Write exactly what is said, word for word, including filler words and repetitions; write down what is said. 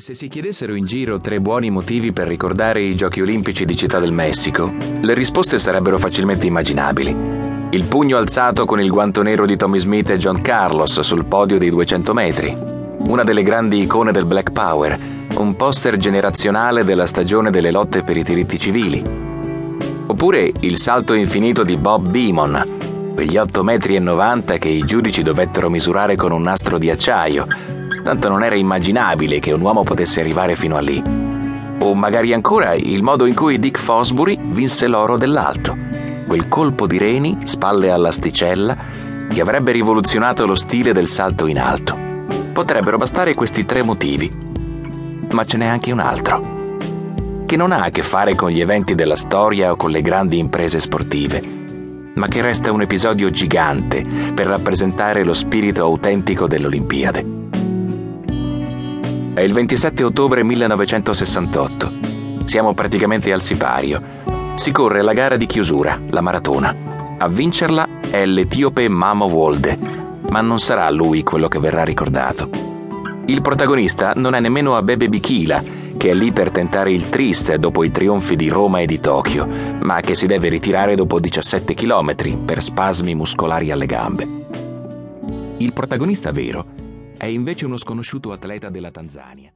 Se si chiedessero in giro tre buoni motivi per ricordare i Giochi Olimpici di Città del Messico, le risposte sarebbero facilmente immaginabili. Il pugno alzato con il guanto nero di Tommy Smith e John Carlos sul podio dei duecento metri, una delle grandi icone del Black Power, un poster generazionale della stagione delle lotte per i diritti civili. Oppure il salto infinito di Bob Beamon, quegli otto metri e novanta che i giudici dovettero misurare con un nastro di acciaio, tanto non era immaginabile che un uomo potesse arrivare fino a lì. O magari ancora il modo in cui Dick Fosbury vinse l'oro dell'alto, quel colpo di reni, spalle all'asticella, che avrebbe rivoluzionato lo stile del salto in alto. Potrebbero bastare questi tre motivi, ma ce n'è anche un altro, che non ha a che fare con gli eventi della storia o con le grandi imprese sportive, ma che resta un episodio gigante per rappresentare lo spirito autentico dell'Olimpiade. È il ventisette ottobre millenovecentosessantotto. Siamo praticamente al sipario. Si corre la gara di chiusura, la maratona. A vincerla è l'etiope Mamo Wolde, ma non sarà lui quello che verrà ricordato. Il protagonista non è nemmeno Abebe Bikila, che è lì per tentare il tris dopo i trionfi di Roma e di Tokyo, ma che si deve ritirare dopo diciassette chilometri per spasmi muscolari alle gambe. Il protagonista vero è invece uno sconosciuto atleta della Tanzania.